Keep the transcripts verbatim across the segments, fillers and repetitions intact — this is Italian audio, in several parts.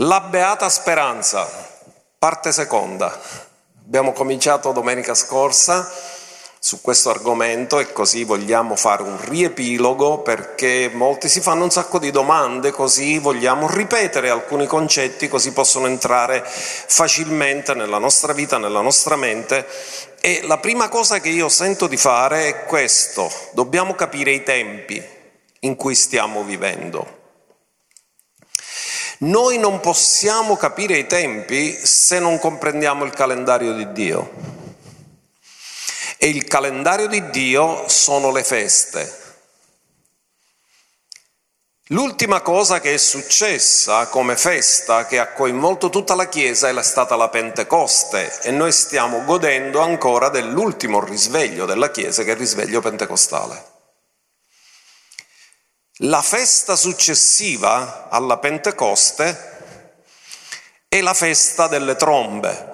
La beata speranza, parte seconda. Abbiamo cominciato domenica scorsa su questo argomento e così vogliamo fare un riepilogo perché molti si fanno un sacco di domande, così vogliamo ripetere alcuni concetti così possono entrare facilmente nella nostra vita, nella nostra mente. E la prima cosa che io sento di fare è questo: dobbiamo capire i tempi in cui stiamo vivendo. Noi non possiamo capire i tempi se non comprendiamo il calendario di Dio. E il calendario di Dio sono le feste. L'ultima cosa che è successa come festa, che ha coinvolto tutta la Chiesa, è stata la Pentecoste e noi stiamo godendo ancora dell'ultimo risveglio della Chiesa, che è il risveglio pentecostale. La festa successiva alla Pentecoste è la festa delle trombe.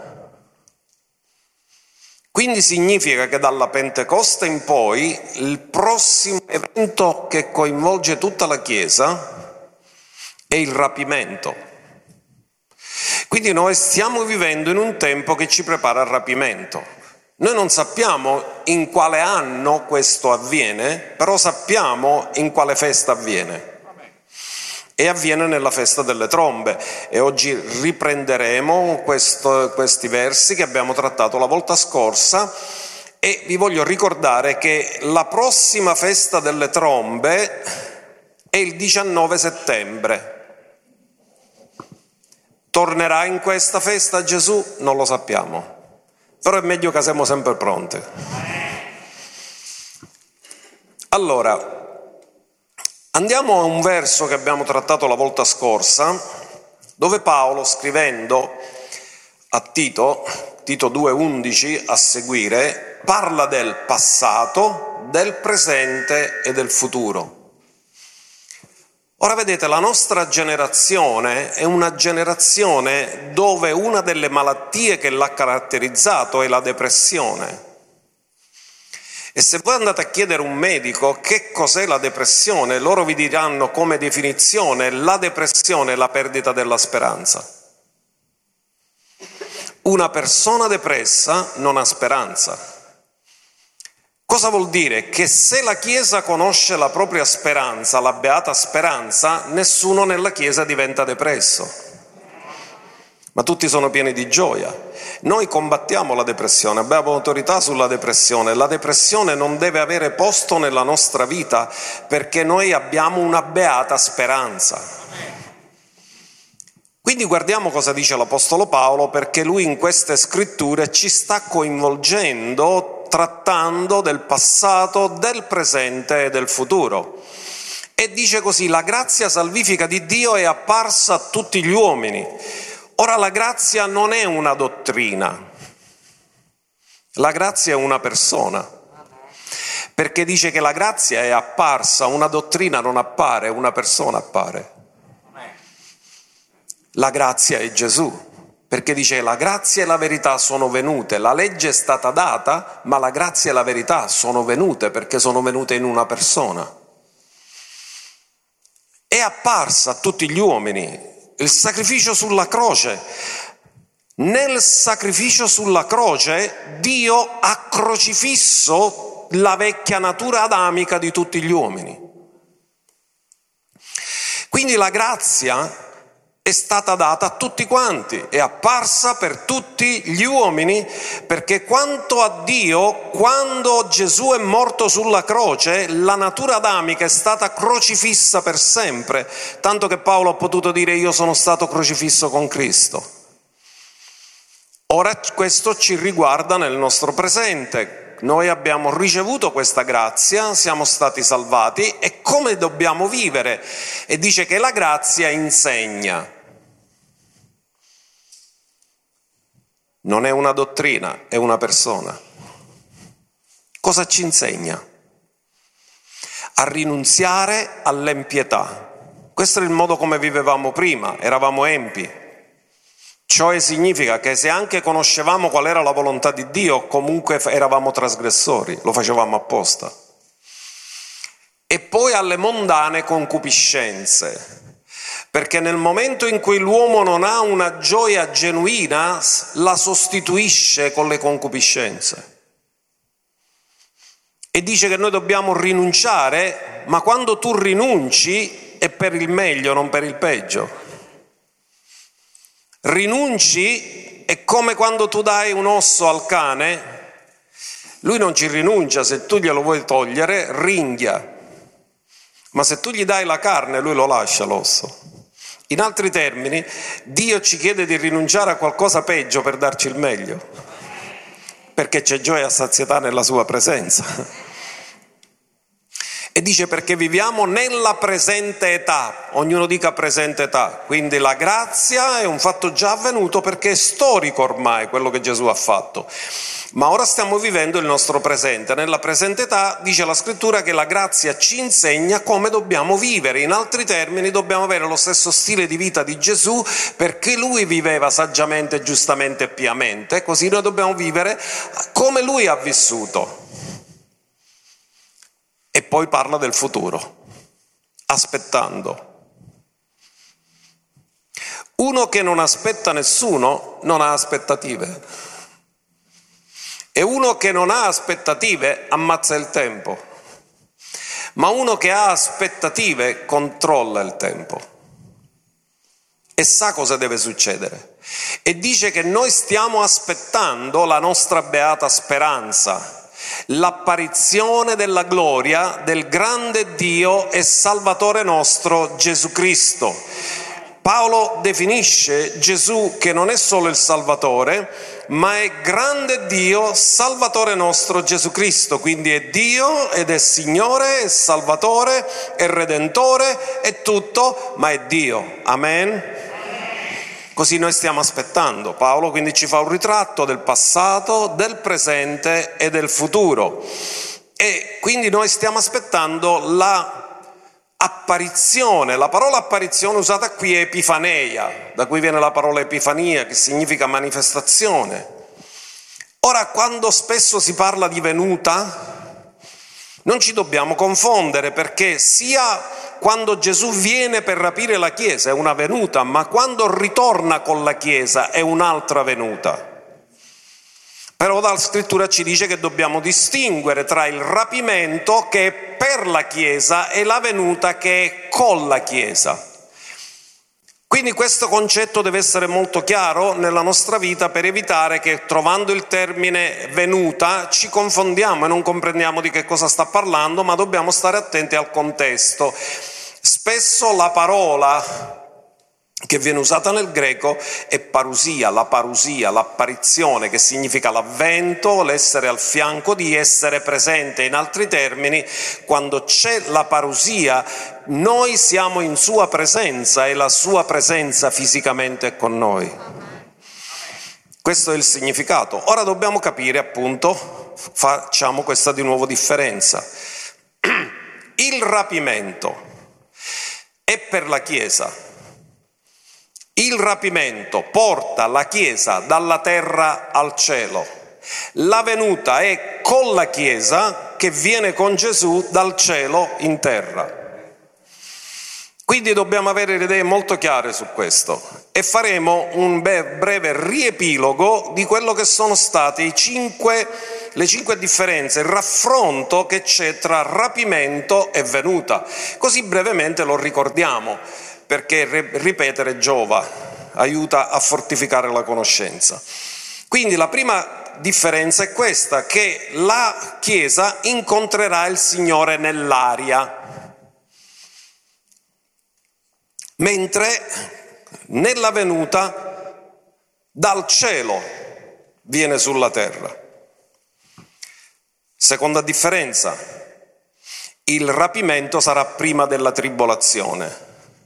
Quindi significa che dalla Pentecoste in poi il prossimo evento che coinvolge tutta la Chiesa è il rapimento. Quindi noi stiamo vivendo in un tempo che ci prepara al rapimento. Noi non sappiamo in quale anno questo avviene, però sappiamo in quale festa avviene. E avviene nella festa delle trombe. E oggi riprenderemo questo, questi versi che abbiamo trattato la volta scorsa e vi voglio ricordare che la prossima festa delle trombe è il diciannove settembre. Tornerà in questa festa Gesù? Non lo sappiamo. Però è meglio che siamo sempre pronti. Allora, andiamo a un verso che abbiamo trattato la volta scorsa, dove Paolo, scrivendo a Tito, Tito due undici a seguire, parla del passato, del presente e del futuro. Ora vedete, la nostra generazione è una generazione dove una delle malattie che l'ha caratterizzato è la depressione. E se voi andate a chiedere a un medico che cos'è la depressione, loro vi diranno come definizione: la depressione è la perdita della speranza. Una persona depressa non ha speranza. Cosa vuol dire? Che se la Chiesa conosce la propria speranza, la beata speranza, nessuno nella Chiesa diventa depresso. Ma tutti sono pieni di gioia. Noi combattiamo la depressione, abbiamo autorità sulla depressione. La depressione non deve avere posto nella nostra vita perché noi abbiamo una beata speranza. Quindi guardiamo cosa dice l'Apostolo Paolo, perché lui in queste scritture ci sta coinvolgendo trattando del passato, del presente e del futuro. E dice così: la grazia salvifica di Dio è apparsa a tutti gli uomini. Ora la grazia non è una dottrina, la grazia è una persona, perché dice che la grazia è apparsa, una dottrina non appare, una persona appare. La grazia è Gesù. Perché dice la grazia e la verità sono venute, la legge è stata data, ma la grazia e la verità sono venute perché sono venute in una persona. È apparsa a tutti gli uomini il sacrificio sulla croce. Nel sacrificio sulla croce Dio ha crocifisso la vecchia natura adamica di tutti gli uomini. Quindi la grazia è stata data a tutti quanti, è apparsa per tutti gli uomini, perché quanto a Dio, quando Gesù è morto sulla croce, la natura adamica è stata crocifissa per sempre, tanto che Paolo ha potuto dire: io sono stato crocifisso con Cristo. Ora questo ci riguarda nel nostro presente. Noi abbiamo ricevuto questa grazia, siamo stati salvati, e come dobbiamo vivere? E dice che la grazia insegna. Non è una dottrina, è una persona. Cosa ci insegna? A rinunziare all'empietà. Questo è il modo come vivevamo prima, eravamo empi. Ciò significa che se anche conoscevamo qual era la volontà di Dio, comunque eravamo trasgressori, lo facevamo apposta. E poi alle mondane concupiscenze. perché nel momento in cui l'uomo non ha una gioia genuina, la sostituisce con le concupiscenze. E dice che noi dobbiamo rinunciare, ma quando tu rinunci è per il meglio, non per il peggio. Rinunci è come quando tu dai un osso al cane, lui non ci rinuncia, se tu glielo vuoi togliere, ringhia. Ma se tu gli dai la carne, lui lo lascia l'osso. In altri termini, Dio ci chiede di rinunciare a qualcosa peggio per darci il meglio, perché c'è gioia e sazietà nella sua presenza. E dice perché viviamo nella presente età, ognuno dica presente età, quindi la grazia è un fatto già avvenuto perché è storico ormai quello che Gesù ha fatto. Ma ora stiamo vivendo il nostro presente. Nella presente età dice la scrittura che la grazia ci insegna come dobbiamo vivere. In altri termini dobbiamo avere lo stesso stile di vita di Gesù, perché lui viveva saggiamente, giustamente e piamente, così noi dobbiamo vivere come lui ha vissuto. E poi parla del futuro, aspettando. Uno che non aspetta nessuno non ha aspettative. E uno che non ha aspettative ammazza il tempo, ma uno che ha aspettative controlla il tempo e sa cosa deve succedere. E dice che noi stiamo aspettando la nostra beata speranza, l'apparizione della gloria del grande Dio e Salvatore nostro Gesù Cristo. Paolo definisce Gesù che non è solo il Salvatore, ma è grande Dio, Salvatore nostro Gesù Cristo, quindi è Dio ed è Signore, è Salvatore, è Redentore, è tutto, ma è Dio. Amen? Così noi stiamo aspettando. Paolo quindi ci fa un ritratto del passato, del presente e del futuro. E quindi noi stiamo aspettando la apparizione. La parola apparizione usata qui è epifaneia, da cui viene la parola epifania, che significa manifestazione. Ora, quando spesso si parla di venuta, non ci dobbiamo confondere, perché sia quando Gesù viene per rapire la Chiesa è una venuta, ma quando ritorna con la Chiesa è un'altra venuta. Però la scrittura ci dice che dobbiamo distinguere tra il rapimento che è per la Chiesa e la venuta che è con la Chiesa. Quindi questo concetto deve essere molto chiaro nella nostra vita per evitare che, trovando il termine venuta, ci confondiamo e non comprendiamo di che cosa sta parlando, ma dobbiamo stare attenti al contesto. Spesso la parola che viene usata nel greco è parusia, la parusia, l'apparizione, che significa l'avvento, l'essere al fianco di, essere presente. In altri termini, quando c'è la parusia, noi siamo in sua presenza e la sua presenza fisicamente è con noi. Questo è il significato. Ora dobbiamo capire, appunto, facciamo questa di nuovo differenza. Il rapimento è per la Chiesa. Il rapimento porta la Chiesa dalla terra al cielo. La venuta è con la Chiesa che viene con Gesù dal cielo in terra. Quindi dobbiamo avere le idee molto chiare su questo e faremo un breve riepilogo di quello che sono state i cinque, le cinque differenze, il raffronto che c'è tra rapimento e venuta. Così brevemente lo ricordiamo, perché ripetere giova, aiuta a fortificare la conoscenza. Quindi la prima differenza è questa, che la Chiesa incontrerà il Signore nell'aria, mentre nella venuta dal cielo viene sulla terra. Seconda differenza, il rapimento sarà prima della tribolazione.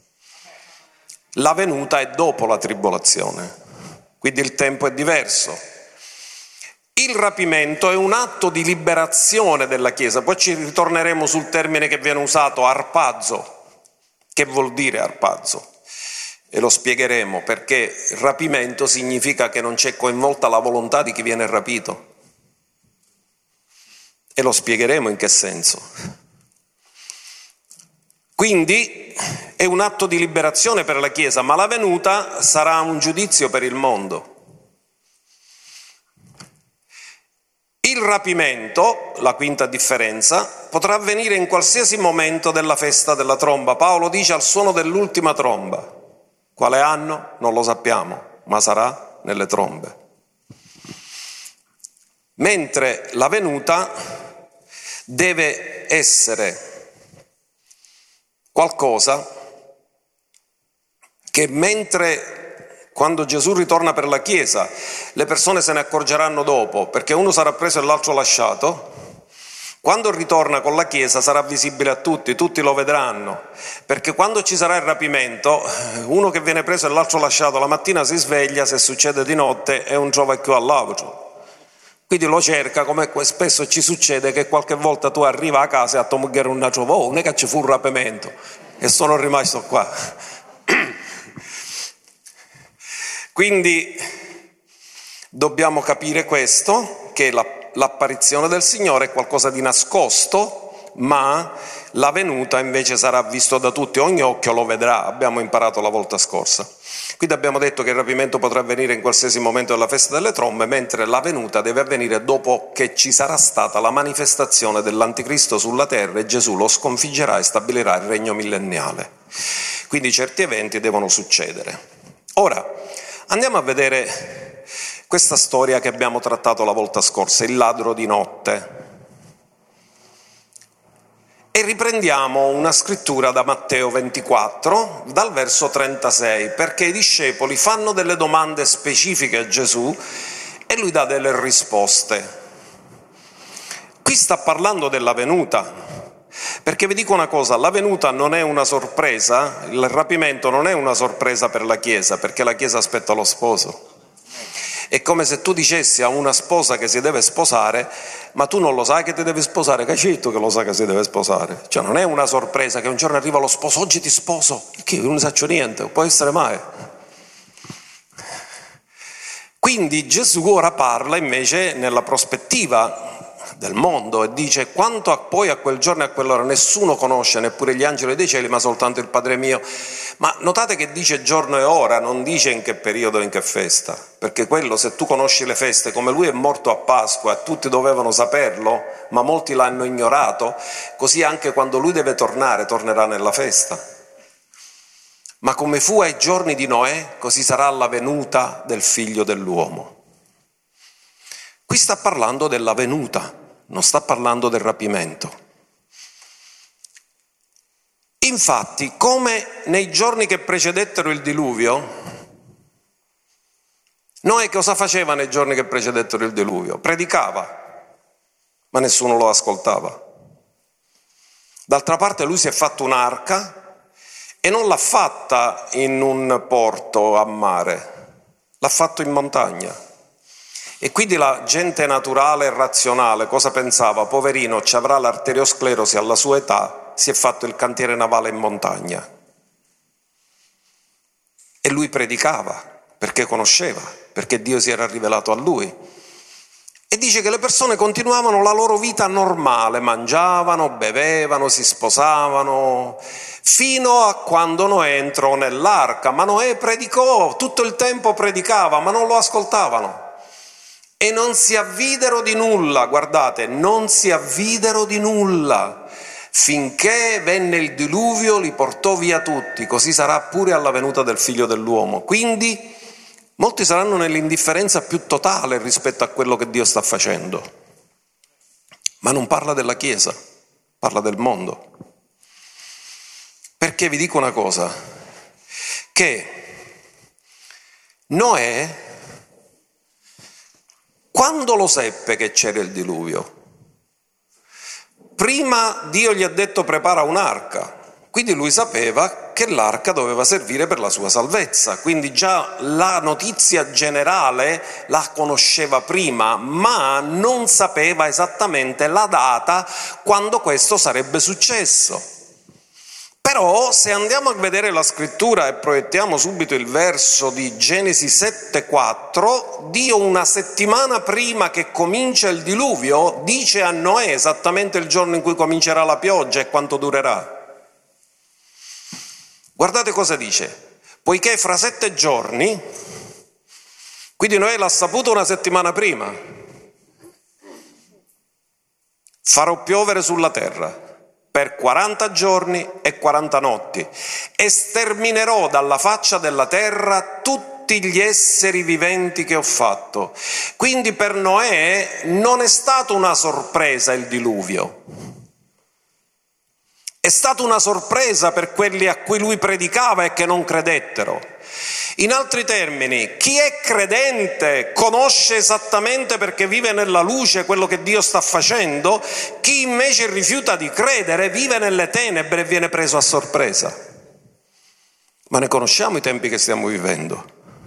La venuta è dopo la tribolazione, quindi il tempo è diverso. Il rapimento è un atto di liberazione della Chiesa, poi ci ritorneremo sul termine che viene usato, arpazo. Che vuol dire arpazo? E lo spiegheremo, perché rapimento significa che non c'è coinvolta la volontà di chi viene rapito. E lo spiegheremo in che senso. Quindi è un atto di liberazione per la Chiesa, ma la venuta sarà un giudizio per il mondo. Il rapimento, la quinta differenza, potrà avvenire in qualsiasi momento della festa della tromba. Paolo dice al suono dell'ultima tromba. Quale anno? Non lo sappiamo, ma sarà nelle trombe. Mentre la venuta deve essere qualcosa che mentre quando Gesù ritorna per la Chiesa, le persone se ne accorgeranno dopo, perché uno sarà preso e l'altro lasciato. Quando ritorna con la Chiesa sarà visibile a tutti, tutti lo vedranno, perché quando ci sarà il rapimento, uno che viene preso e l'altro lasciato, la mattina si sveglia, se succede di notte, e non trova più all'altro. Quindi lo cerca, come spesso ci succede che qualche volta tu arriva a casa e a tua moglie non la trova, oh, non è che ci fu un rapimento, e sono rimasto qua. Quindi dobbiamo capire questo, che la, l'apparizione del Signore è qualcosa di nascosto, ma la venuta invece sarà vista da tutti, ogni occhio lo vedrà, abbiamo imparato la volta scorsa. Quindi abbiamo detto che il rapimento potrà avvenire in qualsiasi momento della festa delle trombe, mentre la venuta deve avvenire dopo che ci sarà stata la manifestazione dell'Anticristo sulla terra e Gesù lo sconfiggerà e stabilirà il regno millenniale. Quindi certi eventi devono succedere. Ora, andiamo a vedere questa storia che abbiamo trattato la volta scorsa, il ladro di notte. E riprendiamo una scrittura da Matteo ventiquattro, dal verso trentasei, perché i discepoli fanno delle domande specifiche a Gesù e lui dà delle risposte. Qui sta parlando della venuta. Perché vi dico una cosa, la venuta non è una sorpresa, il rapimento non è una sorpresa per la Chiesa, perché la Chiesa aspetta lo sposo. È come se tu dicessi a una sposa che si deve sposare, ma tu non lo sai che ti devi sposare, cacetto che lo sa che si deve sposare. Cioè non è una sorpresa che un giorno arriva lo sposo, oggi ti sposo, che io non faccio niente, può essere mai. Quindi Gesù ora parla invece nella prospettiva del mondo e dice: quanto a poi a quel giorno e a quell'ora nessuno conosce, neppure gli angeli dei cieli, ma soltanto il Padre mio. Ma notate che dice giorno e ora, non dice in che periodo e in che festa, perché quello, se tu conosci le feste, come lui è morto a Pasqua e tutti dovevano saperlo, ma molti l'hanno ignorato, così anche quando lui deve tornare, tornerà nella festa. Ma come fu ai giorni di Noè, così sarà la venuta del figlio dell'uomo. Qui sta parlando della venuta, non sta parlando del rapimento. Infatti, come nei giorni che precedettero il diluvio, Noè cosa faceva nei giorni che precedettero il diluvio? Predicava, ma nessuno lo ascoltava. D'altra parte lui si è fatto un'arca e non l'ha fatta in un porto a mare, l'ha fatto in montagna. E quindi la gente naturale e razionale cosa pensava? Poverino, ci avrà l'arteriosclerosi alla sua età, si è fatto il cantiere navale in montagna. E lui predicava, perché conosceva, perché Dio si era rivelato a lui. E dice che le persone continuavano la loro vita normale, mangiavano, bevevano, si sposavano, fino a quando Noè entrò nell'arca. Ma Noè predicò, tutto il tempo predicava, ma non lo ascoltavano. E non si avvidero di nulla, guardate, non si avvidero di nulla, finché venne il diluvio, li portò via tutti, così sarà pure alla venuta del figlio dell'uomo. Quindi molti saranno nell'indifferenza più totale rispetto a quello che Dio sta facendo. Ma non parla della Chiesa, parla del mondo. Perché vi dico una cosa, che Noè, quando lo seppe che c'era il diluvio, prima Dio gli ha detto prepara un'arca, quindi lui sapeva che l'arca doveva servire per la sua salvezza, quindi già la notizia generale la conosceva prima, ma non sapeva esattamente la data quando questo sarebbe successo. Però se andiamo a vedere la scrittura e proiettiamo subito il verso di Genesi sette quattro, Dio una settimana prima che comincia il diluvio dice a Noè esattamente il giorno in cui comincerà la pioggia e quanto durerà. Guardate cosa dice: poiché fra sette giorni, quindi Noè l'ha saputo una settimana prima, farò piovere sulla terra per quaranta giorni e quaranta notti e sterminerò dalla faccia della terra tutti gli esseri viventi che ho fatto. Quindi per Noè non è stata una sorpresa il diluvio, è stata una sorpresa per quelli a cui lui predicava e che non credettero. In altri termini, chi è credente conosce esattamente, perché vive nella luce, quello che Dio sta facendo. Chi invece rifiuta di credere vive nelle tenebre e viene preso a sorpresa. Ma ne conosciamo i tempi che stiamo vivendo.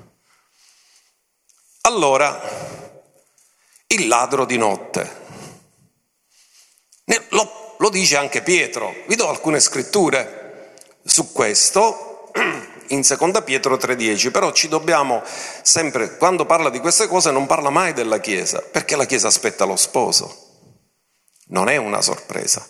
Allora, il ladro di notte. Lo Lo dice anche Pietro. Vi do alcune scritture su questo in seconda Pietro tre dieci, però ci dobbiamo sempre, quando parla di queste cose non parla mai della Chiesa, perché la Chiesa aspetta lo sposo, non è una sorpresa.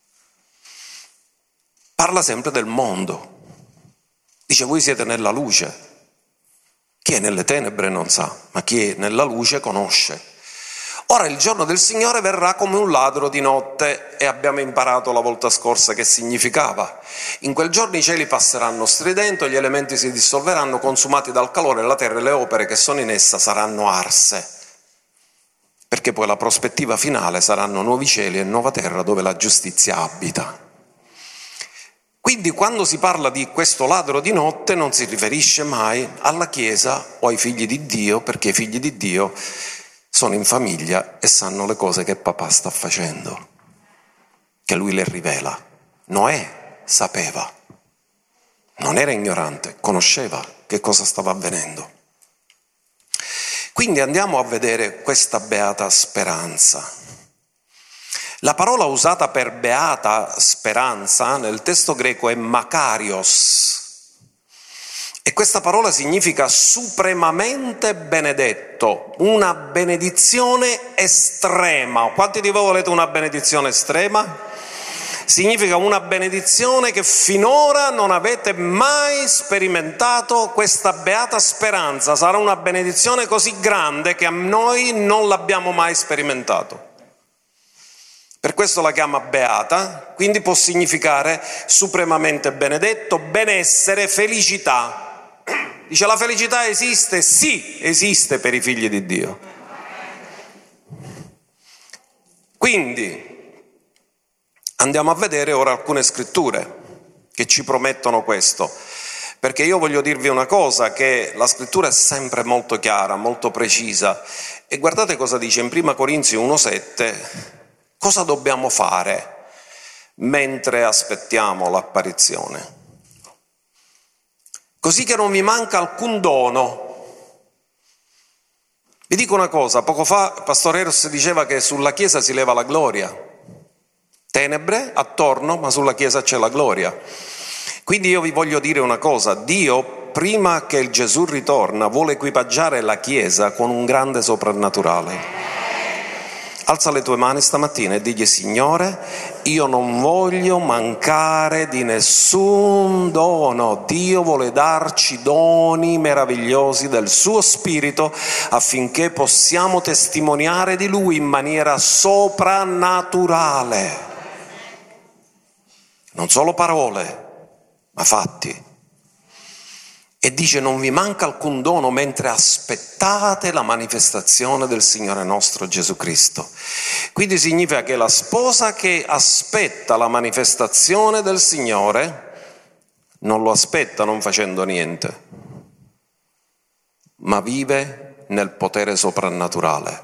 Parla sempre del mondo. Dice: voi siete nella luce. Chi è nelle tenebre non sa, ma chi è nella luce conosce. Ora il giorno del Signore verrà come un ladro di notte, e abbiamo imparato la volta scorsa che significava. In quel giorno i cieli passeranno stridendo, gli elementi si dissolveranno, consumati dal calore, la terra e le opere che sono in essa saranno arse. Perché poi la prospettiva finale saranno nuovi cieli e nuova terra dove la giustizia abita. Quindi quando si parla di questo ladro di notte non si riferisce mai alla Chiesa o ai figli di Dio, perché i figli di Dio sono in famiglia e sanno le cose che papà sta facendo, che lui le rivela. Noè sapeva, non era ignorante, conosceva che cosa stava avvenendo. Quindi andiamo a vedere questa beata speranza. La parola usata per beata speranza nel testo greco è makarios, e questa parola significa supremamente benedetto, una benedizione estrema. Quanti di voi volete una benedizione estrema? Significa una benedizione che finora non avete mai sperimentato. Questa beata speranza sarà una benedizione così grande che a noi non l'abbiamo mai sperimentato. Per questo la chiama beata, quindi può significare supremamente benedetto, benessere, felicità. Dice: la felicità esiste? Sì, esiste per i figli di Dio. Quindi andiamo a vedere ora alcune scritture che ci promettono questo, perché io voglio dirvi una cosa, che la scrittura è sempre molto chiara, molto precisa, e guardate cosa dice in prima Corinzi uno sette, cosa dobbiamo fare mentre aspettiamo l'apparizione. Così che non vi manca alcun dono. Vi dico una cosa, poco fa il Pastore Eros diceva che sulla Chiesa si leva la gloria. Tenebre attorno, ma sulla Chiesa c'è la gloria. Quindi io vi voglio dire una cosa, Dio, prima che il Gesù ritorna, vuole equipaggiare la Chiesa con un grande soprannaturale. Alza le tue mani stamattina e digli: Signore, io non voglio mancare di nessun dono. Dio vuole darci doni meravigliosi del suo Spirito affinché possiamo testimoniare di Lui in maniera soprannaturale. Non solo parole, ma fatti. E dice: non vi manca alcun dono mentre aspettate la manifestazione del Signore nostro Gesù Cristo. Quindi significa che la sposa che aspetta la manifestazione del Signore non lo aspetta non facendo niente, ma vive nel potere soprannaturale.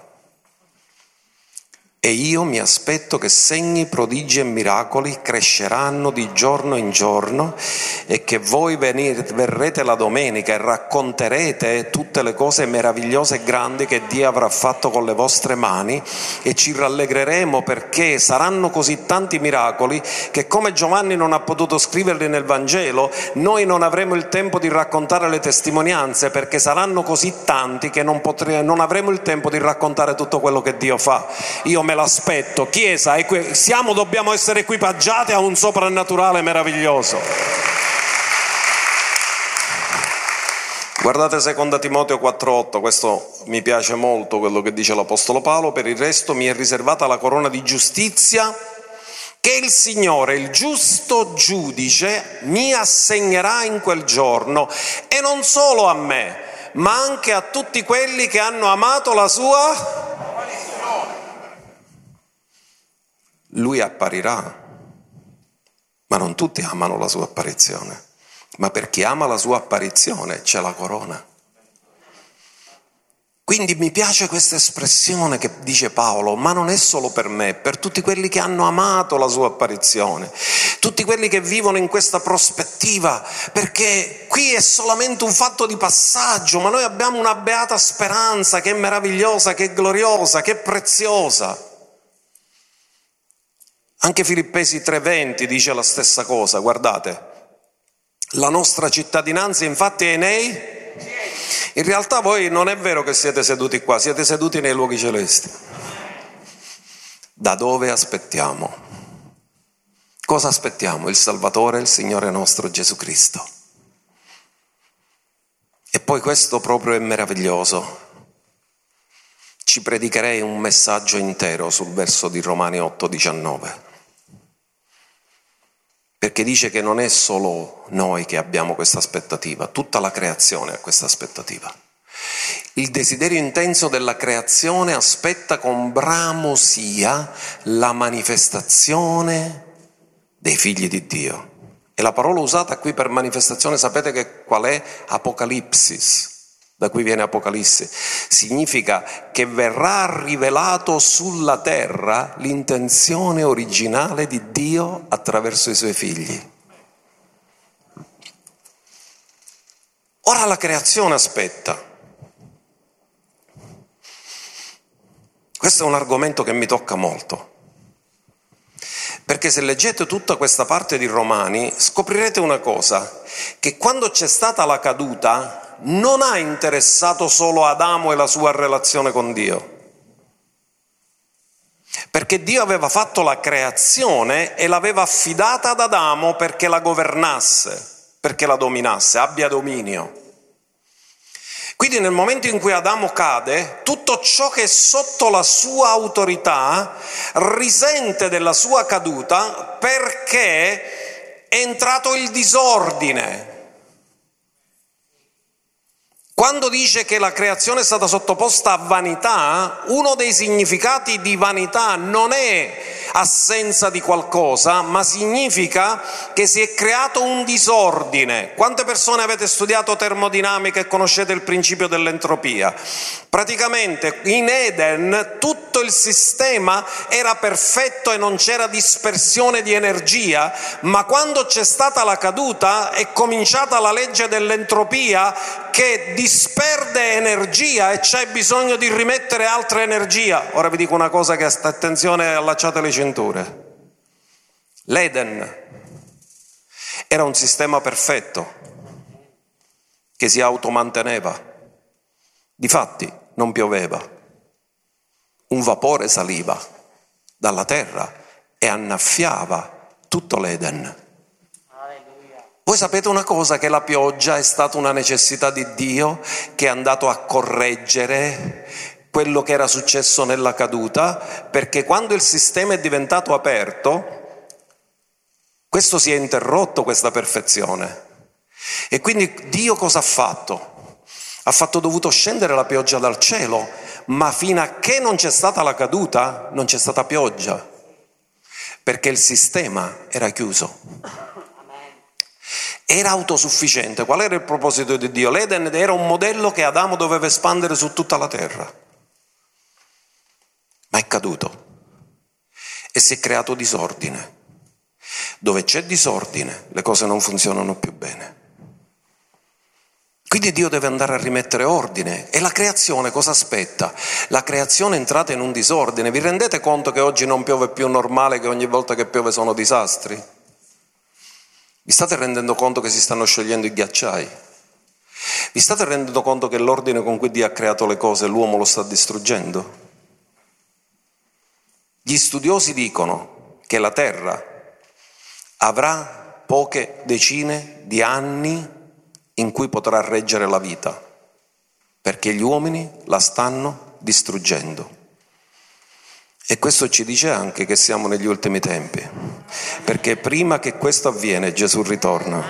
E io mi aspetto che segni, prodigi e miracoli cresceranno di giorno in giorno e che voi venite, verrete la domenica e racconterete tutte le cose meravigliose e grandi che Dio avrà fatto con le vostre mani, e ci rallegreremo perché saranno così tanti miracoli che, come Giovanni non ha potuto scriverli nel Vangelo, noi non avremo il tempo di raccontare le testimonianze, perché saranno così tanti che non, potre, non avremo il tempo di raccontare tutto quello che Dio fa. Io me l'aspetto. Chiesa, siamo, dobbiamo essere equipaggiati a un soprannaturale meraviglioso. Guardate seconda Timoteo quattro otto, questo mi piace molto quello che dice l'Apostolo Paolo: per il resto mi è riservata la corona di giustizia che il Signore, il giusto giudice, mi assegnerà in quel giorno, e non solo a me, ma anche a tutti quelli che hanno amato la sua. Lui apparirà, ma non tutti amano la sua apparizione, ma per chi ama la sua apparizione c'è la corona. Quindi mi piace questa espressione che dice Paolo: ma non è solo per me, per tutti quelli che hanno amato la sua apparizione, tutti quelli che vivono in questa prospettiva, perché qui è solamente un fatto di passaggio, ma noi abbiamo una beata speranza che è meravigliosa, che è gloriosa, che è preziosa. Anche Filippesi tre venti dice la stessa cosa, guardate: la nostra cittadinanza infatti è nei... In realtà voi non è vero che siete seduti qua, siete seduti nei luoghi celesti. Da dove aspettiamo? Cosa aspettiamo? Il Salvatore, il Signore nostro Gesù Cristo. E poi questo proprio è meraviglioso. Ci predicherei un messaggio intero sul verso di Romani otto diciannove. Perché dice che non è solo noi che abbiamo questa aspettativa, tutta la creazione ha questa aspettativa. Il desiderio intenso della creazione aspetta con bramosia la manifestazione dei figli di Dio. E la parola usata qui per manifestazione, sapete che qual è? Apocalipsis, da cui viene Apocalisse. Significa che verrà rivelato sulla terra l'intenzione originale di Dio attraverso i suoi figli. Ora la creazione aspetta. Questo è un argomento che mi tocca molto, perché se leggete tutta questa parte di Romani scoprirete una cosa, che quando c'è stata la caduta non ha interessato solo Adamo e la sua relazione con Dio, perché Dio aveva fatto la creazione e l'aveva affidata ad Adamo perché la governasse, perché la dominasse, abbia dominio. Quindi nel momento in cui Adamo cade, tutto ciò che è sotto la sua autorità risente della sua caduta perché è entrato il disordine. Quando dice che la creazione è stata sottoposta a vanità, uno dei significati di vanità non è assenza di qualcosa, ma significa che si è creato un disordine. Quante persone avete studiato termodinamica e conoscete il principio dell'entropia? Praticamente in Eden tutto il sistema era perfetto e non c'era dispersione di energia, ma quando c'è stata la caduta è cominciata la legge dell'entropia che disperde energia e c'è bisogno di rimettere altra energia. Ora vi dico una cosa, che attenzione, allacciate le cinture. L'Eden era un sistema perfetto che si automanteneva. Difatti non pioveva, un vapore saliva dalla terra e annaffiava tutto l'Eden. Voi sapete una cosa, che la pioggia è stata una necessità di Dio che è andato a correggere quello che era successo nella caduta, perché quando il sistema è diventato aperto, questo si è interrotto, questa perfezione. E quindi Dio cosa ha fatto? Ha fatto dovuto scendere la pioggia dal cielo, ma fino a che non c'è stata la caduta non c'è stata pioggia, perché il sistema era chiuso. Era autosufficiente. Qual era il proposito di Dio? L'Eden era un modello che Adamo doveva espandere su tutta la terra, ma è caduto e si è creato disordine. Dove c'è disordine le cose non funzionano più bene. Quindi Dio deve andare a rimettere ordine. E la creazione cosa aspetta? La creazione è entrata in un disordine. Vi rendete conto che oggi non piove più normale, che ogni volta che piove sono disastri? Vi state rendendo conto che si stanno sciogliendo i ghiacciai? Vi state rendendo conto che l'ordine con cui Dio ha creato le cose l'uomo lo sta distruggendo? Gli studiosi dicono che la terra avrà poche decine di anni in cui potrà reggere la vita, perché gli uomini la stanno distruggendo. E questo ci dice anche che siamo negli ultimi tempi, perché prima che questo avviene Gesù ritorna.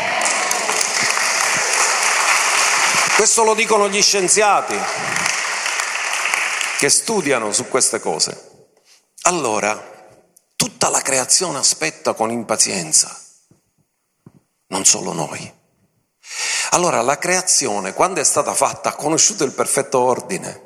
Questo lo dicono gli scienziati che studiano su queste cose. Allora, tutta la creazione aspetta con impazienza, non solo noi. Allora, la creazione, quando è stata fatta, ha conosciuto il perfetto ordine.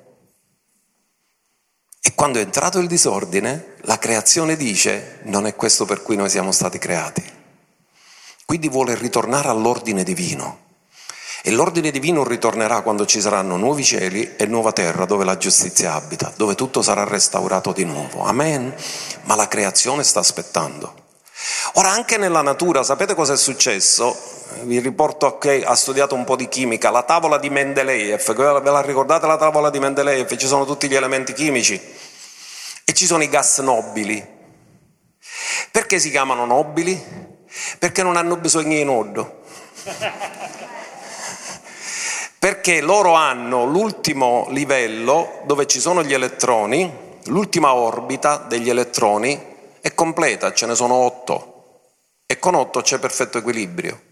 E quando è entrato il disordine, la creazione dice: non è questo per cui noi siamo stati creati. Quindi vuole ritornare all'ordine divino. E l'ordine divino ritornerà quando ci saranno nuovi cieli e nuova terra dove la giustizia abita, dove tutto sarà restaurato di nuovo. Amen? Ma la creazione sta aspettando. Ora, anche nella natura, sapete cosa è successo? Vi riporto a chi ha studiato un po' di chimica, la tavola di Mendeleev. Ve la ricordate la tavola di Mendeleev? Ci sono tutti gli elementi chimici e ci sono i gas nobili. Perché si chiamano nobili? Perché non hanno bisogno di nodo. Perché loro hanno l'ultimo livello dove ci sono gli elettroni, l'ultima orbita degli elettroni è completa, ce ne sono otto e con otto c'è perfetto equilibrio.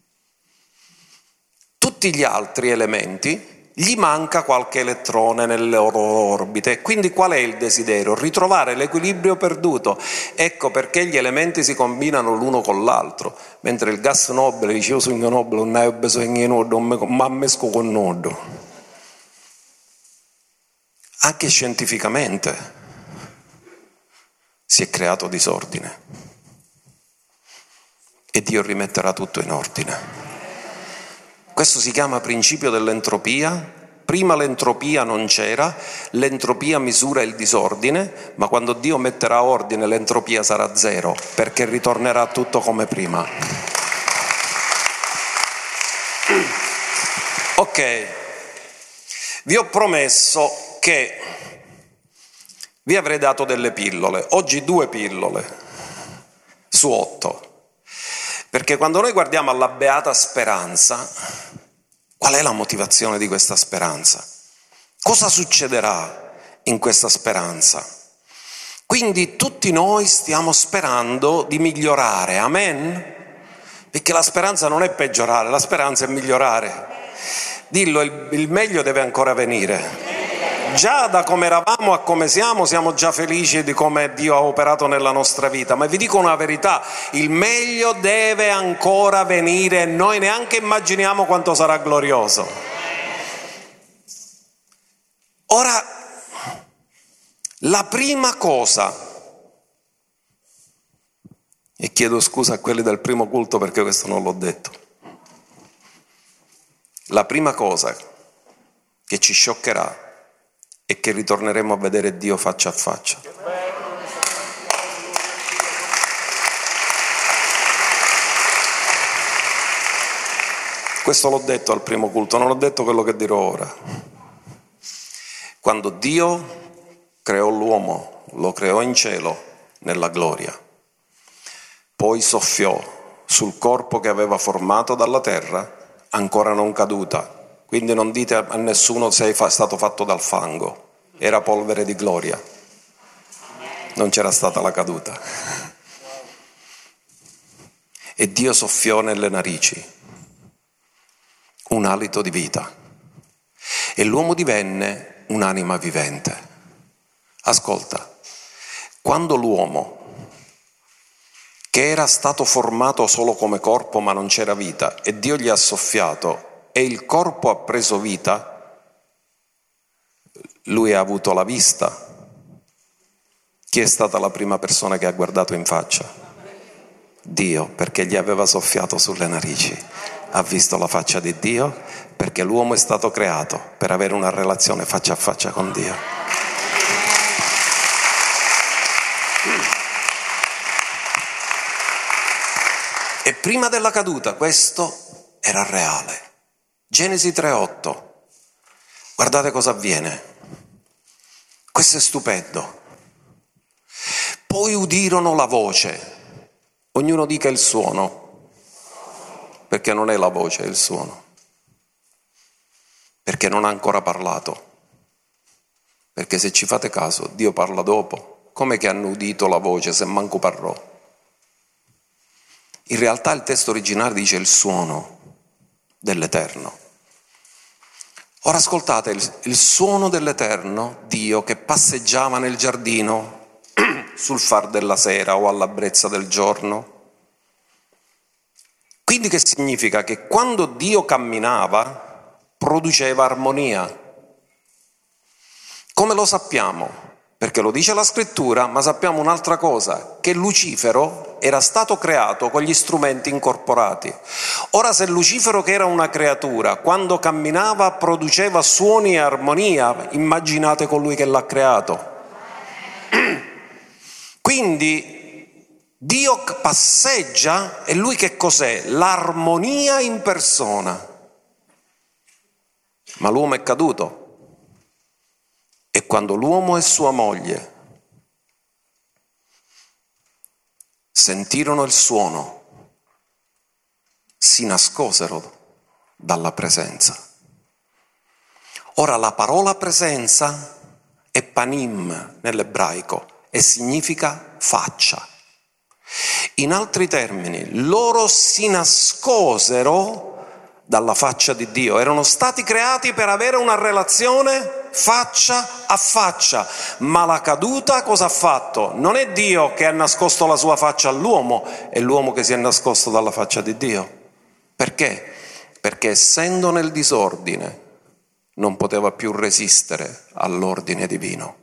Tutti gli altri elementi gli manca qualche elettrone nelle loro orbite, quindi qual è il desiderio? Ritrovare l'equilibrio perduto. Ecco perché gli elementi si combinano l'uno con l'altro, mentre il gas nobile dice: io sono nobile, non ho bisogno di nodo, ma mesco con nodo. Anche scientificamente si è creato disordine e Dio rimetterà tutto in ordine. Questo si chiama principio dell'entropia. Prima l'entropia non c'era, l'entropia misura il disordine, ma quando Dio metterà ordine l'entropia sarà zero, perché ritornerà tutto come prima. Ok, vi ho promesso che vi avrei dato delle pillole, oggi due pillole su otto. Perché quando noi guardiamo alla beata speranza, qual è la motivazione di questa speranza? Cosa succederà in questa speranza? Quindi tutti noi stiamo sperando di migliorare, amen? Perché la speranza non è peggiorare, la speranza è migliorare. Dillo, il, il meglio deve ancora venire. Già da come eravamo a come siamo, siamo già felici di come Dio ha operato nella nostra vita, ma vi dico una verità, il meglio deve ancora venire e noi neanche immaginiamo quanto sarà glorioso. Ora, la prima cosa, e chiedo scusa a quelli del primo culto perché questo non l'ho detto, la prima cosa che ci scioccherà e che ritorneremo a vedere Dio faccia a faccia. Questo l'ho detto al primo culto, non ho detto quello che dirò ora. Quando Dio creò l'uomo, lo creò in cielo, nella gloria, poi soffiò sul corpo che aveva formato dalla terra, ancora non caduta. Quindi non dite a nessuno sei stato fatto dal fango, era polvere di gloria, non c'era stata la caduta. E Dio soffiò nelle narici un alito di vita e l'uomo divenne un'anima vivente. Ascolta, quando l'uomo, che era stato formato solo come corpo ma non c'era vita, e Dio gli ha soffiato e il corpo ha preso vita, lui ha avuto la vista. Chi è stata la prima persona che ha guardato in faccia? Dio, perché gli aveva soffiato sulle narici. Ha visto la faccia di Dio, perché l'uomo è stato creato per avere una relazione faccia a faccia con Dio. E prima della caduta questo era reale. Genesi tre otto, guardate cosa avviene, questo è stupendo. Poi udirono la voce, ognuno dica il suono, perché non è la voce, è il suono, perché non ha ancora parlato, perché se ci fate caso Dio parla dopo. Com'è che hanno udito la voce se manco parlò? In realtà il testo originale dice il suono dell'Eterno. Ora ascoltate il, il suono dell'Eterno, Dio che passeggiava nel giardino sul far della sera o alla brezza del giorno. Quindi che significa? Che quando Dio camminava produceva armonia. Come lo sappiamo? Perché lo dice la scrittura, ma sappiamo un'altra cosa, che Lucifero era stato creato con gli strumenti incorporati. Ora se Lucifero, che era una creatura, quando camminava produceva suoni e armonia, immaginate colui che l'ha creato. Quindi Dio passeggia e lui che cos'è? L'armonia in persona. Ma l'uomo è caduto. E quando l'uomo e sua moglie sentirono il suono, si nascosero dalla presenza. Ora la parola presenza è panim nell'ebraico e significa faccia. In altri termini, loro si nascosero dalla faccia di Dio, erano stati creati per avere una relazione faccia a faccia, ma la caduta cosa ha fatto? Non è Dio che ha nascosto la sua faccia all'uomo, è l'uomo che si è nascosto dalla faccia di Dio. Perché? Perché essendo nel disordine non poteva più resistere all'ordine divino.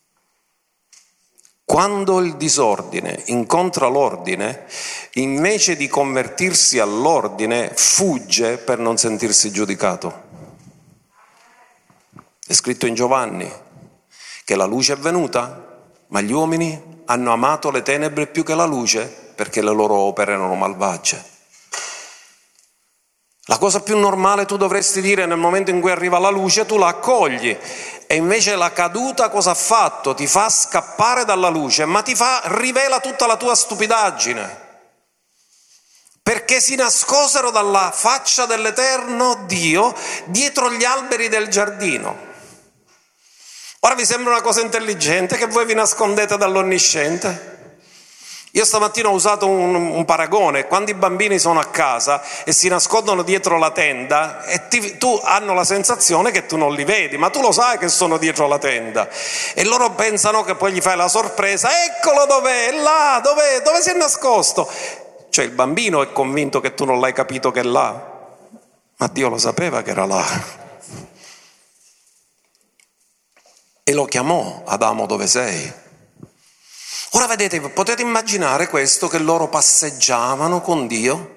Quando il disordine incontra l'ordine, invece di convertirsi all'ordine, fugge per non sentirsi giudicato. È scritto in Giovanni che la luce è venuta, ma gli uomini hanno amato le tenebre più che la luce perché le loro opere erano malvagie. La cosa più normale tu dovresti dire nel momento in cui arriva la luce, tu la accogli. E invece la caduta cosa ha fatto? Ti fa scappare dalla luce, ma ti fa, rivela tutta la tua stupidaggine. Perché si nascosero dalla faccia dell'Eterno Dio dietro gli alberi del giardino. Ora vi sembra una cosa intelligente che voi vi nascondete dall'Onnisciente? Io stamattina ho usato un, un paragone: quando i bambini sono a casa e si nascondono dietro la tenda e ti, tu hanno la sensazione che tu non li vedi, ma tu lo sai che sono dietro la tenda e loro pensano che poi gli fai la sorpresa: eccolo dov'è, è là, dov'è, dove si è nascosto? Cioè il bambino è convinto che tu non l'hai capito che è là, ma Dio lo sapeva che era là e lo chiamò: Adamo, dove sei? Ora vedete, potete immaginare questo, che loro passeggiavano con Dio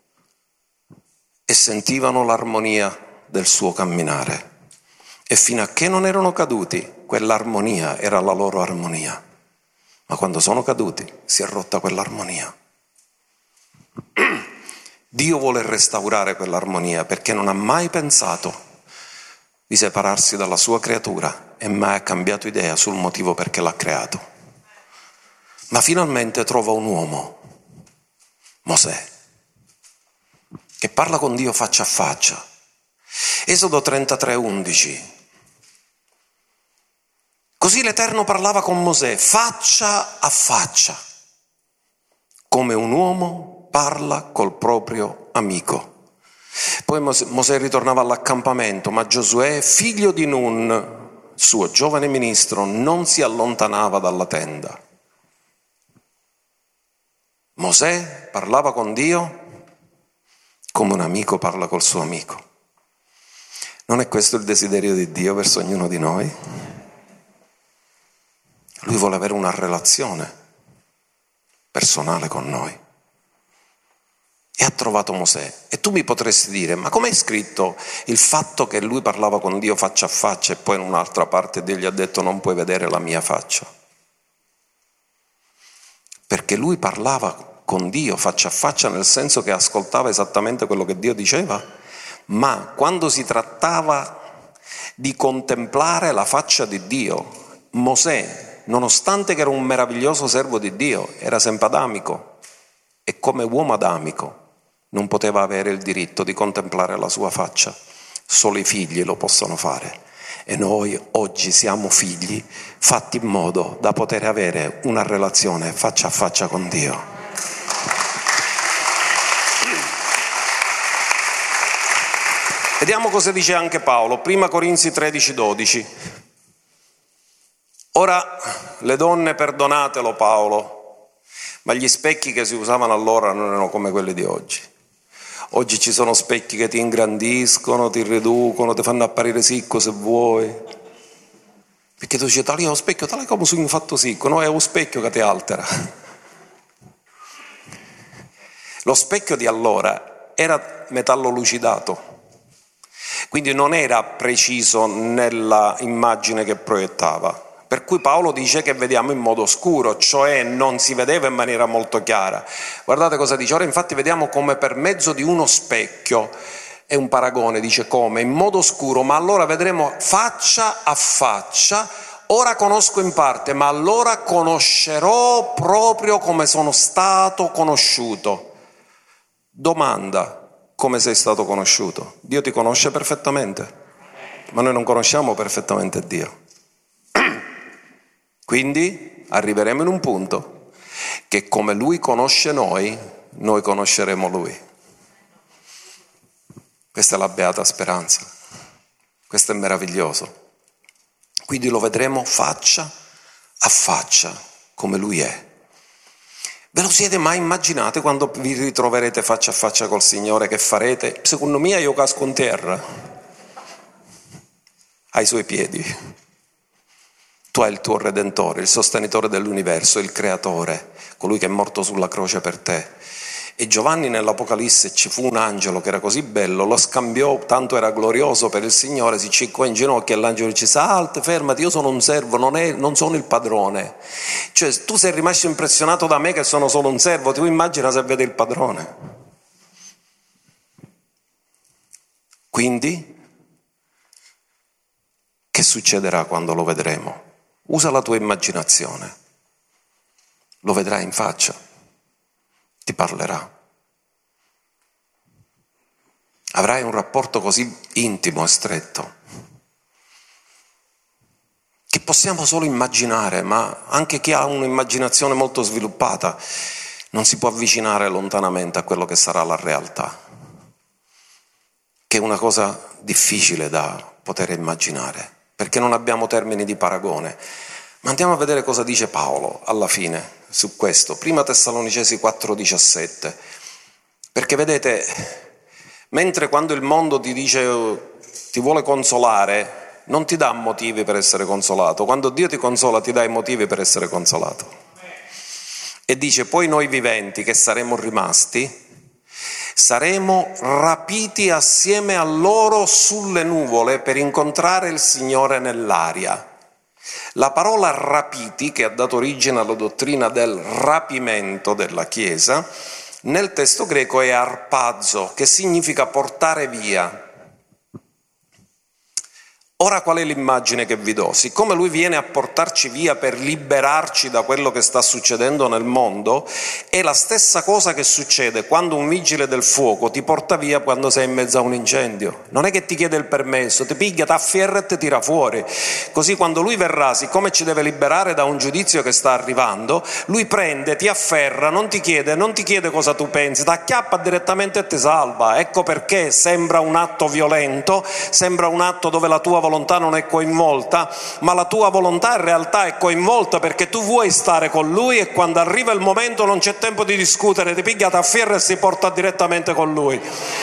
e sentivano l'armonia del suo camminare. E fino a che non erano caduti, quell'armonia era la loro armonia. Ma quando sono caduti, si è rotta quell'armonia. Dio vuole restaurare quell'armonia perché non ha mai pensato di separarsi dalla sua creatura e mai ha cambiato idea sul motivo perché l'ha creato. Ma finalmente trova un uomo, Mosè, che parla con Dio faccia a faccia. Esodo trentatré undici. Così l'Eterno parlava con Mosè faccia a faccia, come un uomo parla col proprio amico. Poi Mosè ritornava all'accampamento, ma Giosuè, figlio di Nun, suo giovane ministro, non si allontanava dalla tenda. Mosè parlava con Dio come un amico parla col suo amico. Non è questo il desiderio di Dio verso ognuno di noi? Lui vuole avere una relazione personale con noi. E ha trovato Mosè. E tu mi potresti dire: ma com'è scritto il fatto che lui parlava con Dio faccia a faccia e poi in un'altra parte Dio gli ha detto non puoi vedere la mia faccia? Perché lui parlava con Dio faccia a faccia nel senso che ascoltava esattamente quello che Dio diceva, ma quando si trattava di contemplare la faccia di Dio, Mosè, nonostante che era un meraviglioso servo di Dio, era sempre adamico e come uomo adamico non poteva avere il diritto di contemplare la sua faccia, solo i figli lo possono fare. E noi oggi siamo figli fatti in modo da poter avere una relazione faccia a faccia con Dio. Vediamo cosa dice anche Paolo, prima Corinzi tredici dodici. Ora le donne, perdonatelo Paolo, ma gli specchi che si usavano allora non erano come quelli di oggi. Oggi ci sono specchi che ti ingrandiscono, ti riducono, ti fanno apparire sicco se vuoi. Perché tu dici, tale è uno specchio, tale come sono fatto sicco, no, è uno specchio che ti altera. Lo specchio di allora era metallo lucidato. Quindi non era preciso nella immagine che proiettava, per cui Paolo dice che vediamo in modo scuro, cioè non si vedeva in maniera molto chiara. Guardate cosa dice, ora infatti vediamo come per mezzo di uno specchio, è un paragone, dice come, in modo scuro, ma allora vedremo faccia a faccia, ora conosco in parte, ma allora conoscerò proprio come sono stato conosciuto. Domanda. Come sei stato conosciuto? Dio ti conosce perfettamente, ma noi non conosciamo perfettamente Dio. Quindi arriveremo in un punto che come Lui conosce noi, noi conosceremo Lui. Questa è la beata speranza, questo è meraviglioso. Quindi lo vedremo faccia a faccia come Lui è. Ve lo siete mai immaginate quando vi ritroverete faccia a faccia col Signore? Che farete? Secondo me io casco in terra, ai Suoi piedi. Tu hai il tuo Redentore, il sostenitore dell'universo, il Creatore, colui che è morto sulla croce per te. E Giovanni nell'Apocalisse ci fu un angelo che era così bello, lo scambiò, tanto era glorioso per il Signore, si ciccò in ginocchio e l'angelo dice salta, fermati, io sono un servo, non, è, non sono il padrone. Cioè tu sei rimasto impressionato da me che sono solo un servo, tu immagina se vedi il padrone. Quindi, che succederà quando lo vedremo? Usa la tua immaginazione, lo vedrai in faccia, ti parlerà. Avrai un rapporto così intimo e stretto che possiamo solo immaginare, ma anche chi ha un'immaginazione molto sviluppata non si può avvicinare lontanamente a quello che sarà la realtà, che è una cosa difficile da poter immaginare, perché non abbiamo termini di paragone. Ma andiamo a vedere cosa dice Paolo alla fine su questo, prima Tessalonicesi quattro diciassette, perché vedete, mentre quando il mondo ti dice, ti vuole consolare, non ti dà motivi per essere consolato, quando Dio ti consola ti dà i motivi per essere consolato. E dice, poi noi viventi che saremo rimasti, saremo rapiti assieme a loro sulle nuvole per incontrare il Signore nell'aria. La parola rapiti, che ha dato origine alla dottrina del rapimento della Chiesa, nel testo greco è arpazo, che significa portare via. Ora qual è l'immagine che vi do? Siccome lui viene a portarci via per liberarci da quello che sta succedendo nel mondo, è la stessa cosa che succede quando un vigile del fuoco ti porta via quando sei in mezzo a un incendio. Non è che ti chiede il permesso, ti piglia, ti afferra e ti tira fuori. Così quando lui verrà, siccome ci deve liberare da un giudizio che sta arrivando, lui prende, ti afferra, non ti chiede, non ti chiede cosa tu pensi, ti acchiappa direttamente e ti salva. Ecco perché sembra un atto violento, sembra un atto dove la tua volontà volontà non è coinvolta, ma la tua volontà in realtà è coinvolta perché tu vuoi stare con lui e quando arriva il momento non c'è tempo di discutere, ti piglia, ti afferra e si porta direttamente con lui.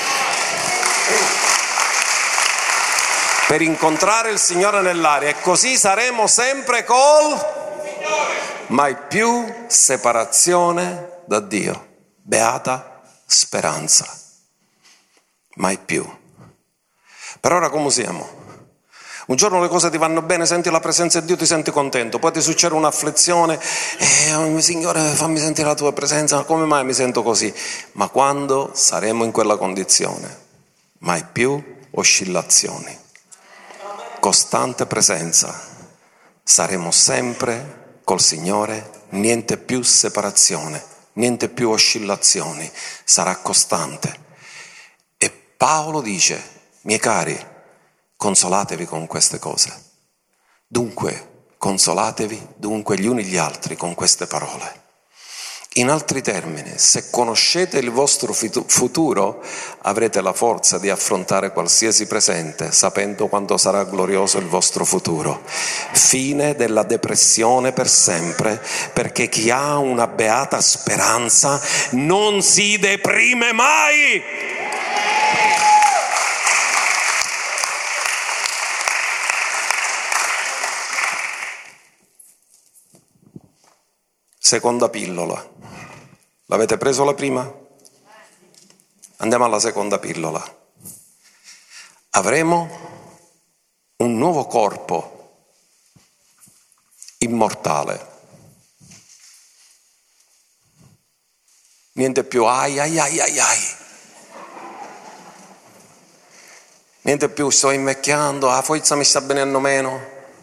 Per incontrare il Signore nell'aria e così saremo sempre col Signore. Mai più separazione da Dio. Beata speranza. Mai più. Per ora come siamo? Un giorno le cose ti vanno bene, senti la presenza di Dio, ti senti contento, poi ti succede un'afflizione, eh, Signore fammi sentire la tua presenza, come mai mi sento così? Ma quando saremo in quella condizione? Mai più oscillazioni, costante presenza, saremo sempre col Signore, niente più separazione, niente più oscillazioni, sarà costante. E Paolo dice, miei cari, consolatevi con queste cose. Dunque, consolatevi dunque gli uni gli altri con queste parole. In altri termini, se conoscete il vostro futuro, avrete la forza di affrontare qualsiasi presente, sapendo quanto sarà glorioso il vostro futuro. Fine della depressione per sempre, perché chi ha una beata speranza non si deprime mai. Seconda pillola. L'avete preso la prima? Andiamo alla seconda pillola. Avremo un nuovo corpo immortale. Niente più ai ai ai ai ai. Niente più sto invecchiando, la forza mi sta venendo meno.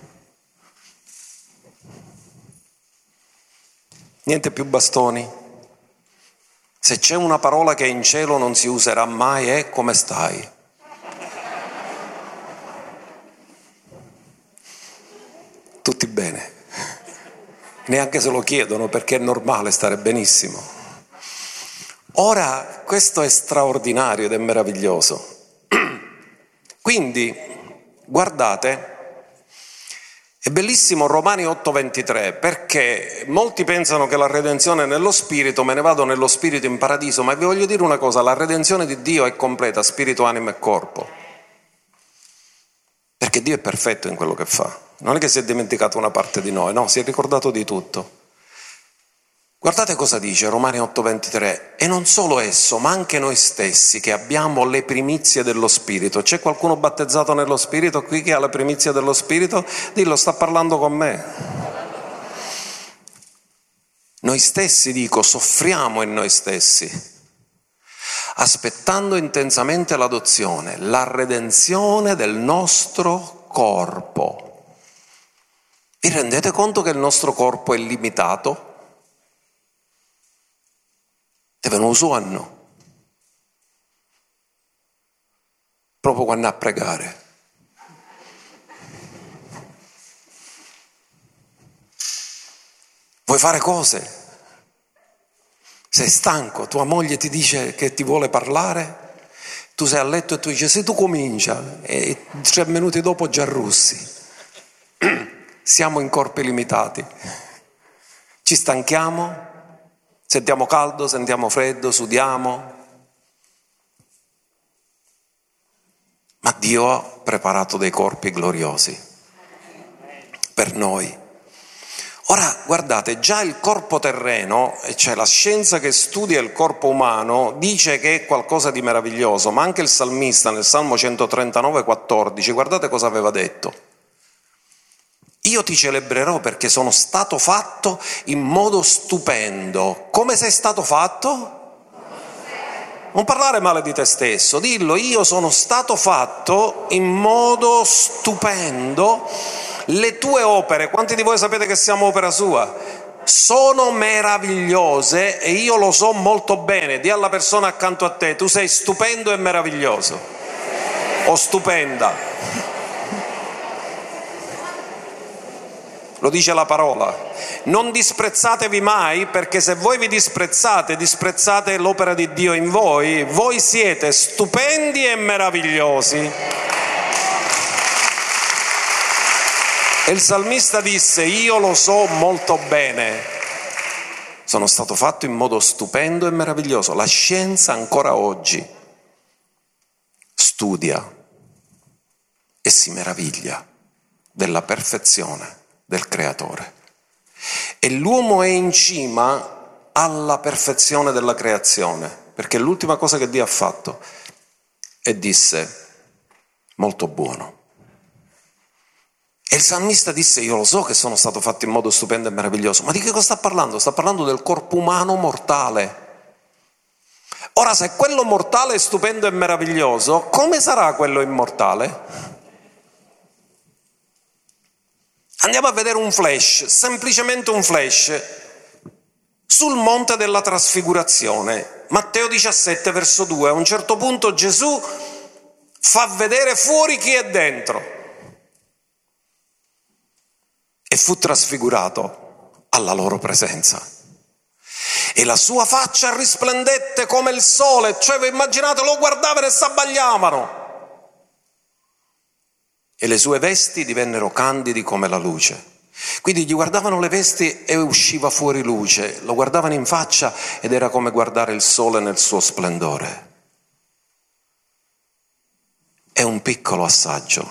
Niente più bastoni. Se c'è una parola che in cielo non si userà mai è come stai. Tutti bene. Neanche se lo chiedono perché è normale stare benissimo. Ora questo è straordinario ed è meraviglioso. Quindi guardate, è bellissimo Romani otto ventitré, perché molti pensano che la redenzione è nello spirito, me ne vado nello spirito in paradiso, ma vi voglio dire una cosa, la redenzione di Dio è completa, spirito, anima e corpo, perché Dio è perfetto in quello che fa, non è che si è dimenticato una parte di noi, no, si è ricordato di tutto. Guardate cosa dice Romani otto ventitré, e non solo esso, ma anche noi stessi che abbiamo le primizie dello Spirito. C'è qualcuno battezzato nello Spirito qui che ha le primizie dello Spirito? Dillo, sta parlando con me. Noi stessi, dico, soffriamo in noi stessi, aspettando intensamente l'adozione, la redenzione del nostro corpo. Vi rendete conto che il nostro corpo è limitato? Venuto anno, proprio quando a pregare. Vuoi fare cose? Sei stanco, tua moglie ti dice che ti vuole parlare, tu sei a letto e tu dici se tu comincia e tre minuti dopo già russi. Siamo in corpi limitati, ci stanchiamo. Sentiamo caldo, sentiamo freddo, sudiamo. Ma Dio ha preparato dei corpi gloriosi per noi. Ora, guardate, già il corpo terreno, cioè la scienza che studia il corpo umano, dice che è qualcosa di meraviglioso, ma anche il salmista nel Salmo centotrentanove quattordici, guardate cosa aveva detto. Io ti celebrerò perché sono stato fatto in modo stupendo. Come sei stato fatto? Non parlare male di te stesso, dillo, io sono stato fatto in modo stupendo. Le tue opere, quanti di voi sapete che siamo opera sua? Sono meravigliose e io lo so molto bene. Dì alla persona accanto a te, tu sei stupendo e meraviglioso. O stupenda. Lo dice la parola. Non disprezzatevi mai, perché se voi vi disprezzate, disprezzate l'opera di Dio in voi. Voi siete stupendi e meravigliosi. E il salmista disse, io lo so molto bene. Sono stato fatto in modo stupendo e meraviglioso. La scienza ancora oggi studia e si meraviglia della perfezione del creatore, e l'uomo è in cima alla perfezione della creazione, perché l'ultima cosa che Dio ha fatto e disse molto buono. E il salmista disse io lo so che sono stato fatto in modo stupendo e meraviglioso, ma di che cosa sta parlando? Sta parlando del corpo umano mortale. Ora, se quello mortale è stupendo e meraviglioso, come sarà quello immortale? Andiamo a vedere un flash, semplicemente un flash. sul monte della trasfigurazione. Matteo diciassette, verso due, a un certo punto Gesù fa vedere fuori chi è dentro e fu trasfigurato alla loro presenza. E la sua faccia risplendette come il sole, cioè vi immaginate, lo guardavano e s'abbagliavano. E le sue vesti divennero candidi come la luce. Quindi gli guardavano le vesti e usciva fuori luce, lo guardavano in faccia ed era come guardare il sole nel suo splendore. È un piccolo assaggio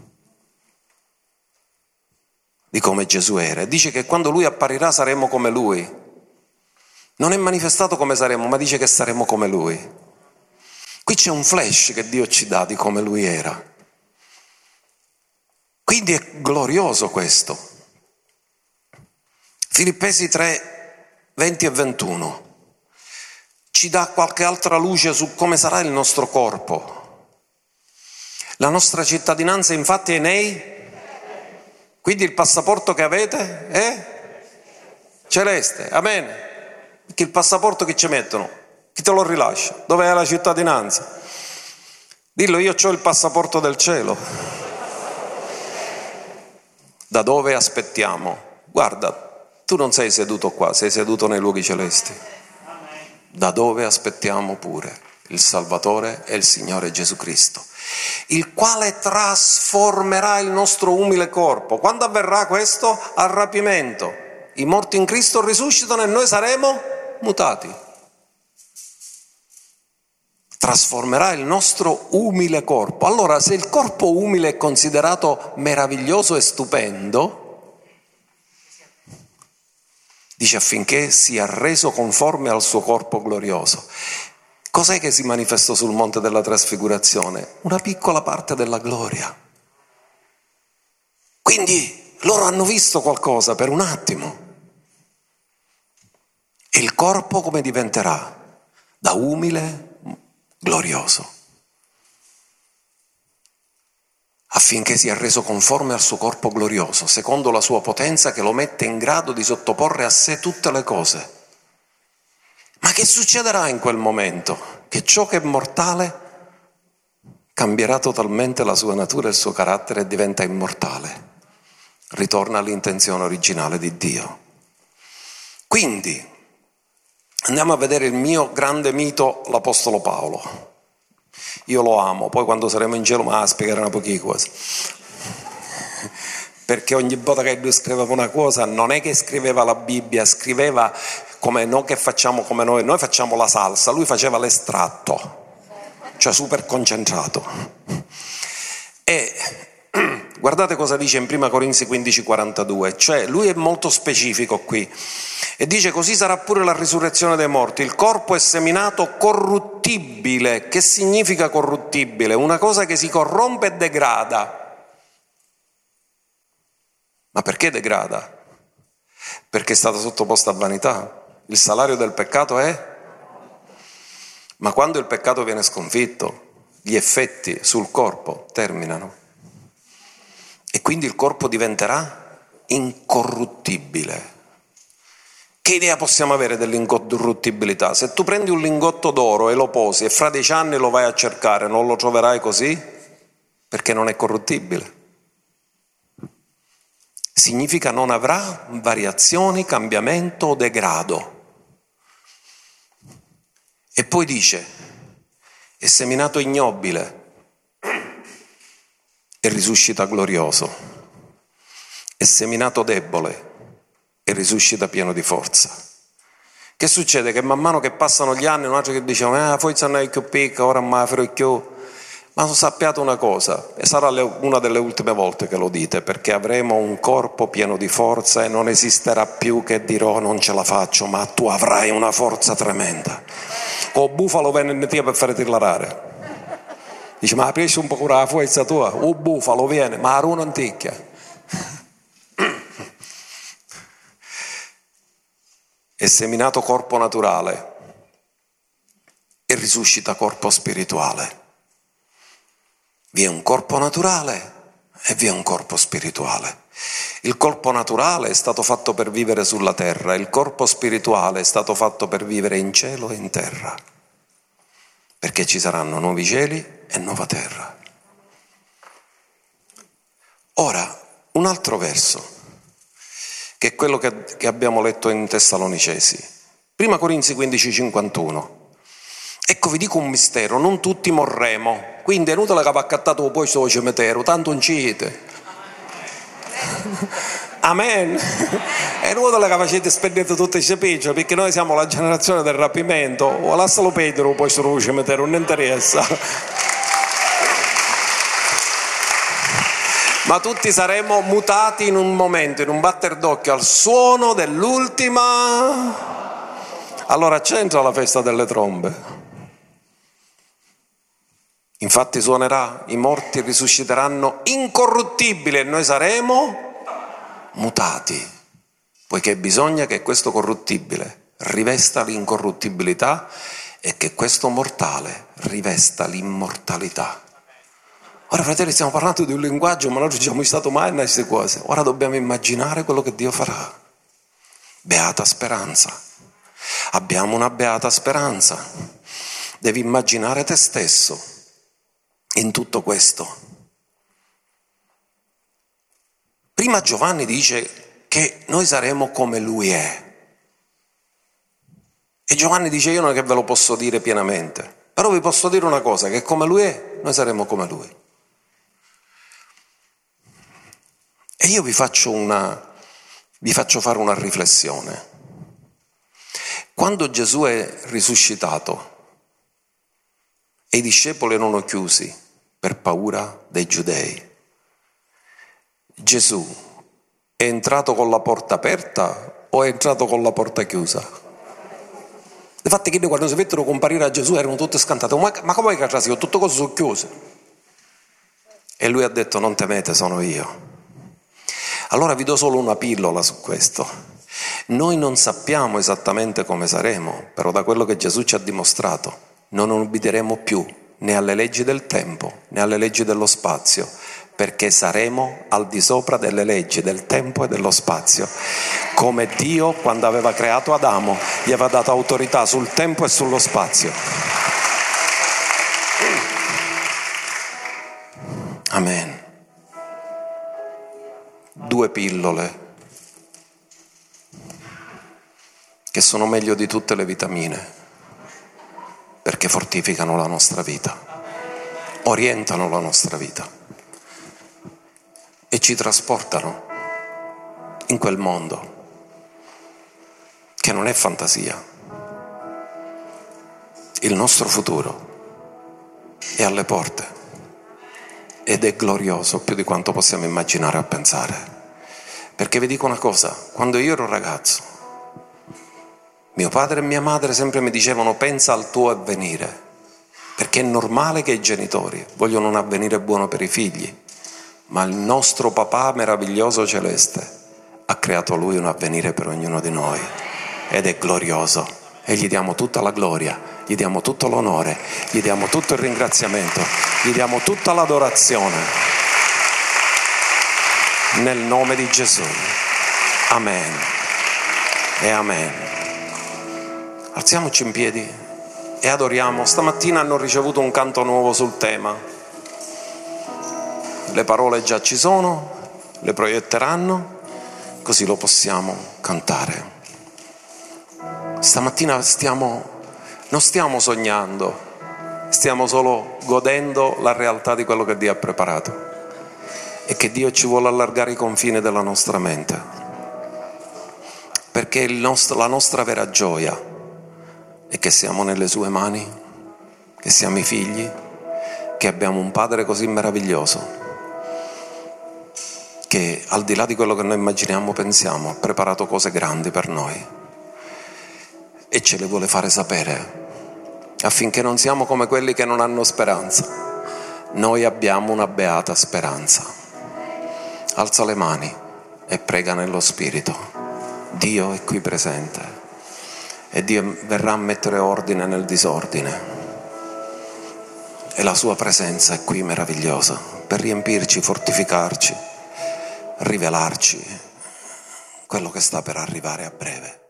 di come Gesù era. Dice che quando Lui apparirà saremo come Lui. Non è manifestato come saremo, ma dice che saremo come Lui. Qui c'è un flash che Dio ci dà di come Lui era. Quindi è glorioso questo. Filippesi tre, venti e ventuno ci dà qualche altra luce su come sarà il nostro corpo. La nostra cittadinanza infatti è nei, quindi il passaporto che avete è celeste, amen. Che il passaporto che ci mettono? Chi te lo rilascia? Dov'è la cittadinanza? Dillo, io ho il passaporto del cielo. Da dove aspettiamo? Guarda, tu non sei seduto qua, sei seduto nei luoghi celesti. Da dove aspettiamo pure il Salvatore e il Signore Gesù Cristo, il quale trasformerà il nostro umile corpo. Quando avverrà questo? Al rapimento. I morti in Cristo risuscitano e noi saremo mutati. Trasformerà il nostro umile corpo. Allora, se il corpo umile è considerato meraviglioso e stupendo, dice affinché sia reso conforme al suo corpo glorioso. Cos'è che si manifestò sul monte della trasfigurazione? Una piccola parte della gloria. Quindi loro hanno visto qualcosa per un attimo. E il corpo come diventerà? Da umile, glorioso. Affinché sia reso conforme al suo corpo glorioso, secondo la sua potenza che lo mette in grado di sottoporre a sé tutte le cose. Ma che succederà in quel momento? Che ciò che è mortale cambierà totalmente la sua natura e il suo carattere e diventa immortale. Ritorna all'intenzione originale di Dio. Quindi, andiamo a vedere il mio grande mito, l'Apostolo Paolo. Io lo amo, poi quando saremo in cielo mi va a spiegare una pochina cose. Perché ogni volta che lui scriveva una cosa, non è che scriveva la Bibbia, scriveva come noi che facciamo come noi, noi facciamo la salsa, lui faceva l'estratto, cioè super concentrato. E guardate cosa dice in prima Corinzi quindici quarantadue, cioè lui è molto specifico qui. E dice così sarà pure la risurrezione dei morti, il corpo è seminato corruttibile. Che significa corruttibile? Una cosa che si corrompe e degrada. Ma perché degrada? Perché è stata sottoposta a vanità. Il salario del peccato è? Ma quando il peccato viene sconfitto, gli effetti sul corpo terminano. E quindi il corpo diventerà incorruttibile. Che idea possiamo avere dell'incorruttibilità? Se tu prendi un lingotto d'oro e lo posi e fra dieci anni lo vai a cercare, non lo troverai così? Perché non è corruttibile. Significa non avrà variazioni, cambiamento o degrado. E poi dice, è seminato ignobile e risuscita glorioso, è seminato debole e risuscita pieno di forza. Che succede? Che man mano che passano gli anni, un altro che dice, ah, forse non è più picca, ora non farò più. Ma sappiate una cosa, e sarà una delle ultime volte che lo dite, perché avremo un corpo pieno di forza e non esisterà più che dirò non ce la faccio, ma tu avrai una forza tremenda. O bufalo viene in te per fare tirlarare. Dice, ma aprisci un po' con la forza tua, o bufalo viene, ma a non ticchia. È seminato corpo naturale e risuscita corpo spirituale. Vi è un corpo naturale e vi è un corpo spirituale. Il corpo naturale è stato fatto per vivere sulla terra, il corpo spirituale è stato fatto per vivere in cielo e in terra, perché ci saranno nuovi cieli e nuova terra. Ora, un altro verso, che è quello che, che abbiamo letto in Tessalonicesi, prima Corinzi quindici cinquantuno. Ecco, vi dico un mistero, non tutti morremo, quindi è inutile che vi accattate un posto al cimitero, tanto non ci siete. Amen. È inutile che facete spendete tutte queste picce, perché noi siamo la generazione del rapimento. O lascialo perdere un posto al cimitero, non interessa. Ma tutti saremo mutati in un momento, in un batter d'occhio, al suono dell'ultima. Allora c'entra la festa delle trombe. Infatti suonerà, i morti risusciteranno incorruttibili e noi saremo mutati, poiché bisogna che questo corruttibile rivesta l'incorruttibilità e che questo mortale rivesta l'immortalità. Ora, fratelli, stiamo parlando di un linguaggio, ma noi non siamo stati mai in queste cose. Ora dobbiamo immaginare quello che Dio farà. Beata speranza. Abbiamo una beata speranza. Devi immaginare te stesso in tutto questo. Prima Giovanni dice che noi saremo come Lui è. E Giovanni dice: io non è che ve lo posso dire pienamente, però vi posso dire una cosa, che come Lui è, noi saremo come Lui. E io vi faccio una, vi faccio fare una riflessione. Quando Gesù è risuscitato e i discepoli erano chiusi per paura dei giudei, Gesù è entrato con la porta aperta o è entrato con la porta chiusa? Infatti che quando si vedono comparire a Gesù erano tutti scantati: ma, ma come che trasio? Tutte cose sono chiuse. E lui ha detto: non temete, sono io. Allora vi do solo una pillola su questo. Noi non sappiamo esattamente come saremo, però da quello che Gesù ci ha dimostrato non obbederemo più né alle leggi del tempo né alle leggi dello spazio, perché saremo al di sopra delle leggi del tempo e dello spazio, come Dio quando aveva creato Adamo gli aveva dato autorità sul tempo e sullo spazio. Amen. Due pillole che sono meglio di tutte le vitamine, perché fortificano la nostra vita, orientano la nostra vita e ci trasportano in quel mondo che non è fantasia. Il nostro futuro è alle porte ed è glorioso più di quanto possiamo immaginare o pensare. Perché vi dico una cosa, quando io ero ragazzo, mio padre e mia madre sempre mi dicevano: pensa al tuo avvenire, perché è normale che i genitori vogliono un avvenire buono per i figli, ma il nostro papà meraviglioso celeste ha creato lui un avvenire per ognuno di noi ed è glorioso e gli diamo tutta la gloria, gli diamo tutto l'onore, gli diamo tutto il ringraziamento, gli diamo tutta l'adorazione nel nome di Gesù. Amen e amen. Alziamoci in piedi e adoriamo. Stamattina hanno ricevuto un canto nuovo sul tema. Le parole già ci sono, le proietteranno, così lo possiamo cantare. Stamattina stiamo, non stiamo sognando, stiamo solo godendo la realtà di quello che Dio ha preparato e che Dio ci vuole allargare i confini della nostra mente, perché il nostro, la nostra vera gioia è che siamo nelle sue mani, che siamo i figli, che abbiamo un Padre così meraviglioso che al di là di quello che noi immaginiamo, pensiamo, ha preparato cose grandi per noi e ce le vuole fare sapere affinché non siamo come quelli che non hanno speranza. Noi abbiamo una beata speranza. Alza le mani e prega nello Spirito. Dio è qui presente e Dio verrà a mettere ordine nel disordine e la sua presenza è qui meravigliosa. per riempirci, fortificarci, rivelarci quello che sta per arrivare a breve.